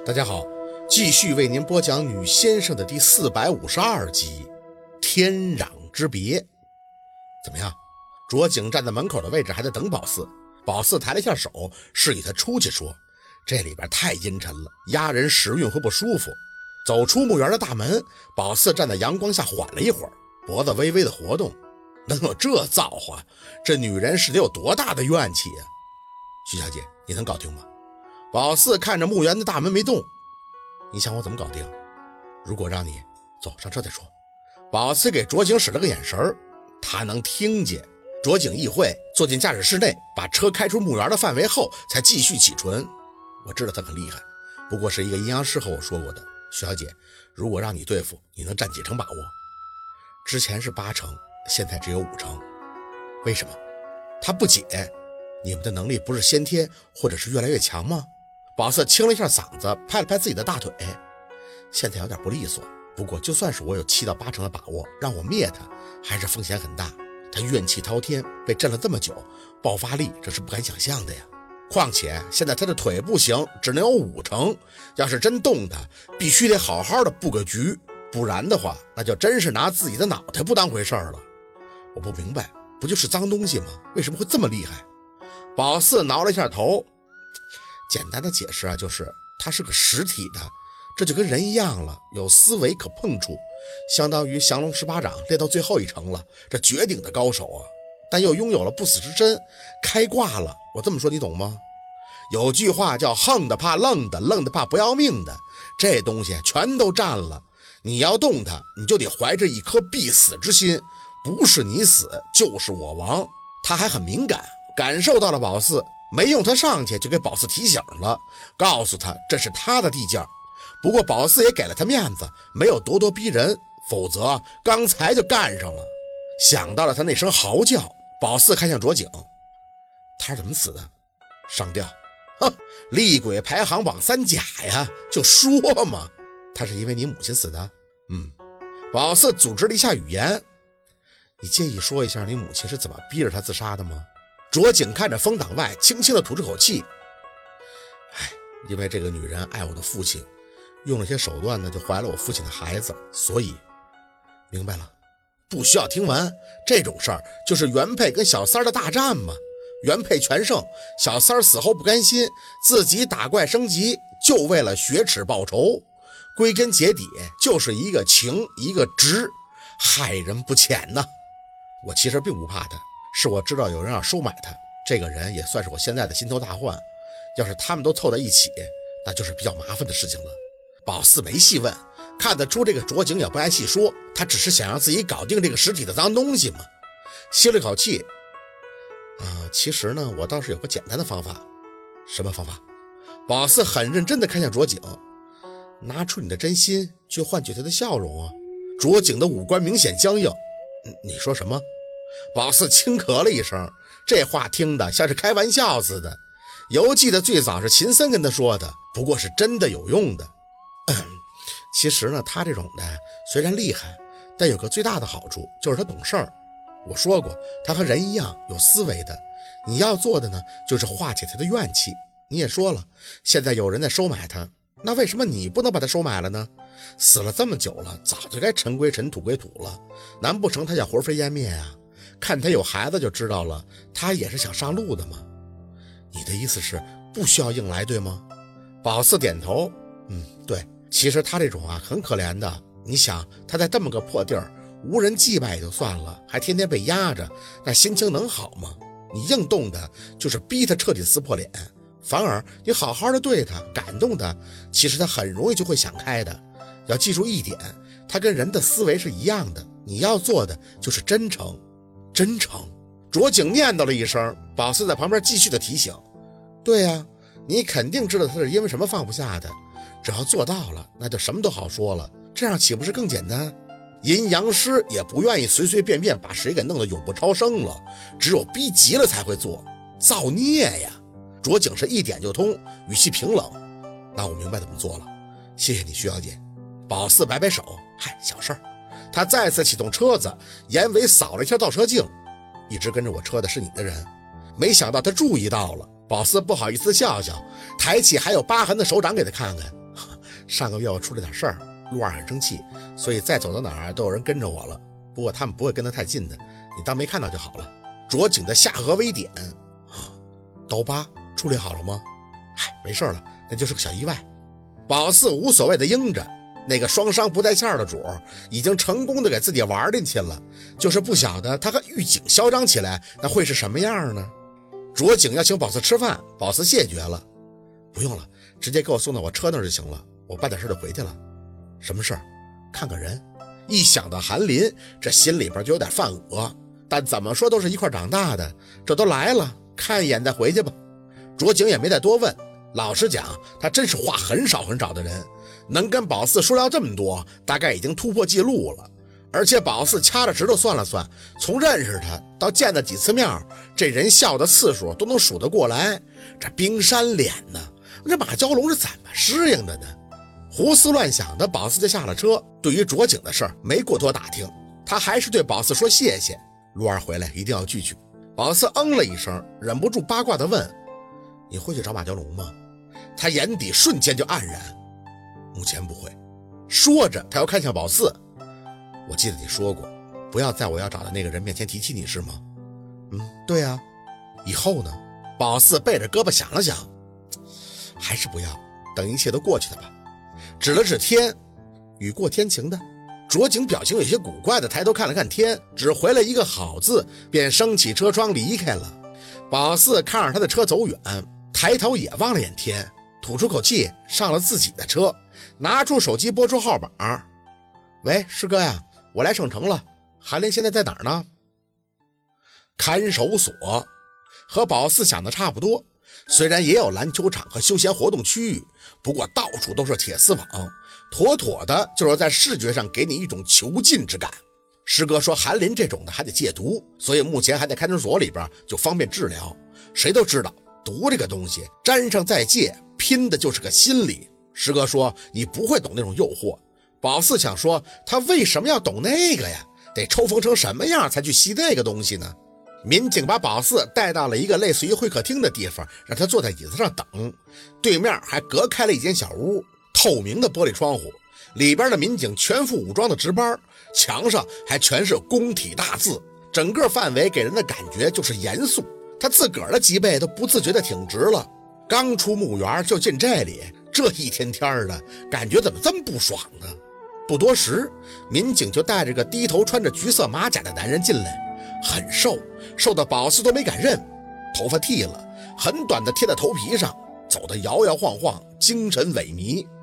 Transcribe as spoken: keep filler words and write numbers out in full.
大家好，继续为您播讲女先生的第四百五十二集天壤之别。怎么样，卓景站在门口的位置还在等宝四，宝四抬了一下手示意他出去，说这里边太阴沉了，压人时运会不舒服。走出墓园的大门，宝四站在阳光下缓了一会儿，脖子微微的活动。能有这造化，这女人是得有多大的怨气啊！徐小姐，你能搞定吗？宝四看着墓园的大门没动。你想我怎么搞定？如果让你走上车再说。宝四给卓景使了个眼神，他能听见。卓景意会，坐进驾驶室内，把车开出墓园的范围后才继续启唇。我知道他很厉害，不过是一个阴阳师和我说过的。徐小姐，如果让你对付，你能占几成把握？之前是八成，现在只有五成。为什么？他不解。你们的能力不是先天或者是越来越强吗？宝四清了一下嗓子，拍了拍自己的大腿。现在有点不利索，不过就算是我有七到八成的把握，让我灭他还是风险很大。他怨气滔天，被震了这么久，爆发力这是不敢想象的呀。况且现在他的腿不行，只能有五成，要是真动他，必须得好好的布个局，不然的话那就真是拿自己的脑袋不当回事了。我不明白，不就是脏东西吗？为什么会这么厉害？宝四挠了一下头，简单的解释啊，就是它是个实体的，这就跟人一样了，有思维可碰触，相当于降龙十八掌练到最后一层了，这绝顶的高手啊，但又拥有了不死之身，开挂了。我这么说你懂吗？有句话叫横的怕愣的，愣的怕不要命的，这东西全都占了。你要动它，你就得怀着一颗必死之心，不是你死就是我亡。他还很敏感，感受到了宝四，没用他上去就给宝四提醒了，告诉他这是他的地界。不过宝四也给了他面子，没有咄咄逼人，否则刚才就干上了。想到了他那声嚎叫，宝四看向卓景，他是怎么死的？上吊。哼，厉鬼排行榜三甲呀，就说嘛。他是因为你母亲死的？嗯。宝四组织了一下语言，你介意说一下你母亲是怎么逼着他自杀的吗？卓景看着风挡外，轻轻地吐出口气。哎，因为这个女人爱我的父亲，用了些手段呢，就怀了我父亲的孩子，所以明白了。不需要听完，这种事儿就是原配跟小三儿的大战嘛。原配全胜，小三儿死后不甘心，自己打怪升级，就为了雪耻报仇。归根结底就是一个情一个直，害人不浅呐。我其实并不怕他，是我知道有人要收买他，这个人也算是我现在的心头大患。要是他们都凑在一起，那就是比较麻烦的事情了。宝四没细问，看得出这个卓景也不爱细说，他只是想让自己搞定这个实体的脏东西嘛。吸了口气，啊，其实呢，我倒是有个简单的方法。什么方法？宝四很认真地看向卓景，拿出你的真心去换取他的笑容啊。卓景的五官明显僵硬。你说什么？宝四轻咳了一声，这话听得像是开玩笑似的。犹记得最早是秦森跟他说的，不过是真的有用的。其实呢，他这种的虽然厉害，但有个最大的好处就是他懂事儿。我说过，他和人一样有思维的。你要做的呢，就是化解他的怨气。你也说了，现在有人在收买他，那为什么你不能把他收买了呢？死了这么久了，早就该尘归尘土归土了，难不成他想魂飞烟灭啊？看他有孩子就知道了，他也是想上路的吗？你的意思是不需要硬来，对吗？宝四点头，嗯，对，其实他这种啊很可怜的。你想他在这么个破地儿，无人祭拜也就算了，还天天被压着，那心情能好吗？你硬动的就是逼他彻底撕破脸，反而你好好的对他，感动他，其实他很容易就会想开的。要记住一点，他跟人的思维是一样的，你要做的就是真诚。真诚。卓景念叨了一声，宝四在旁边继续的提醒，对呀、啊，你肯定知道他是因为什么放不下的，只要做到了，那就什么都好说了，这样岂不是更简单？阴阳师也不愿意随随便便把谁给弄得永不超生了，只有逼急了才会做，造孽呀！卓景是一点就通，语气平冷。那我明白怎么做了，谢谢你徐小姐。宝四摆摆手，嗨，小事儿。他再次启动车子，严伟扫了一下倒车镜，一直跟着我车的是你的人。没想到他注意到了，宝四不好意思笑笑，抬起还有疤痕的手掌给他看看。 上个月我出了点事儿，陆二很生气，所以再走到哪儿都有人跟着我了。不过他们不会跟得太近的，你当没看到就好了。卓景的下颌微点，刀疤处理好了吗？嗨，没事了，那就是个小意外。宝四无所谓的应着，那个双伤不带线的主已经成功的给自己玩进去了，就是不晓得他和狱警嚣张起来那会是什么样呢？卓景要请宝四吃饭，宝四谢绝了。不用了，直接给我送到我车那儿就行了，我办点事就回去了。什么事儿？看个人。一想到韩林，这心里边就有点犯恶，但怎么说都是一块长大的，这都来了，看一眼再回去吧。卓景也没再多问，老实讲，他真是话很少很少的人，能跟宝四说聊这么多，大概已经突破记录了。而且宝四掐着指头算了算，从认识他到见了几次面，这人笑的次数都能数得过来。这冰山脸呢，这马蛟龙是怎么适应的呢？胡思乱想的宝四就下了车，对于卓景的事儿没过多打听，他还是对宝四说谢谢，陆二回来一定要聚聚。宝四嗯了一声，忍不住八卦的问，你会去找马蛟龙吗？他眼底瞬间就黯然，目前不会。说着他又看向宝四，我记得你说过不要在我要找的那个人面前提起你是吗？嗯，对啊。以后呢？宝四背着胳膊想了想，还是不要，等一切都过去了吧。指了指天，雨过天晴的。卓景表情有些古怪的抬头看了看天，只回了一个好字，便升起车窗离开了。宝四看着他的车走远，抬头也望了眼天，吐出口气上了自己的车，拿出手机拨出号码。喂，师哥呀，我来省城了，韩林现在在哪儿呢？看守所。和宝四想的差不多，虽然也有篮球场和休闲活动区域，不过到处都是铁丝网，妥妥的就是在视觉上给你一种囚禁之感。师哥说韩林这种的还得戒毒，所以目前还在看守所里边，就方便治疗。谁都知道毒这个东西沾上再戒，拼的就是个心理。师哥说你不会懂那种诱惑。宝四想说他为什么要懂那个呀？得抽风成什么样才去吸那个东西呢？民警把宝四带到了一个类似于会客厅的地方，让他坐在椅子上等。对面还隔开了一间小屋，透明的玻璃窗户，里边的民警全副武装的值班，墙上还全是工体大字，整个范围给人的感觉就是严肃。他自个儿的脊背都不自觉地挺直了。刚出墓园就进这里，这一天天的感觉怎么这么不爽呢？不多时，民警就带着个低头穿着橘色马甲的男人进来，很瘦，瘦的宝四都没敢认，头发剃了，很短的贴在头皮上，走得摇摇晃晃，精神萎靡。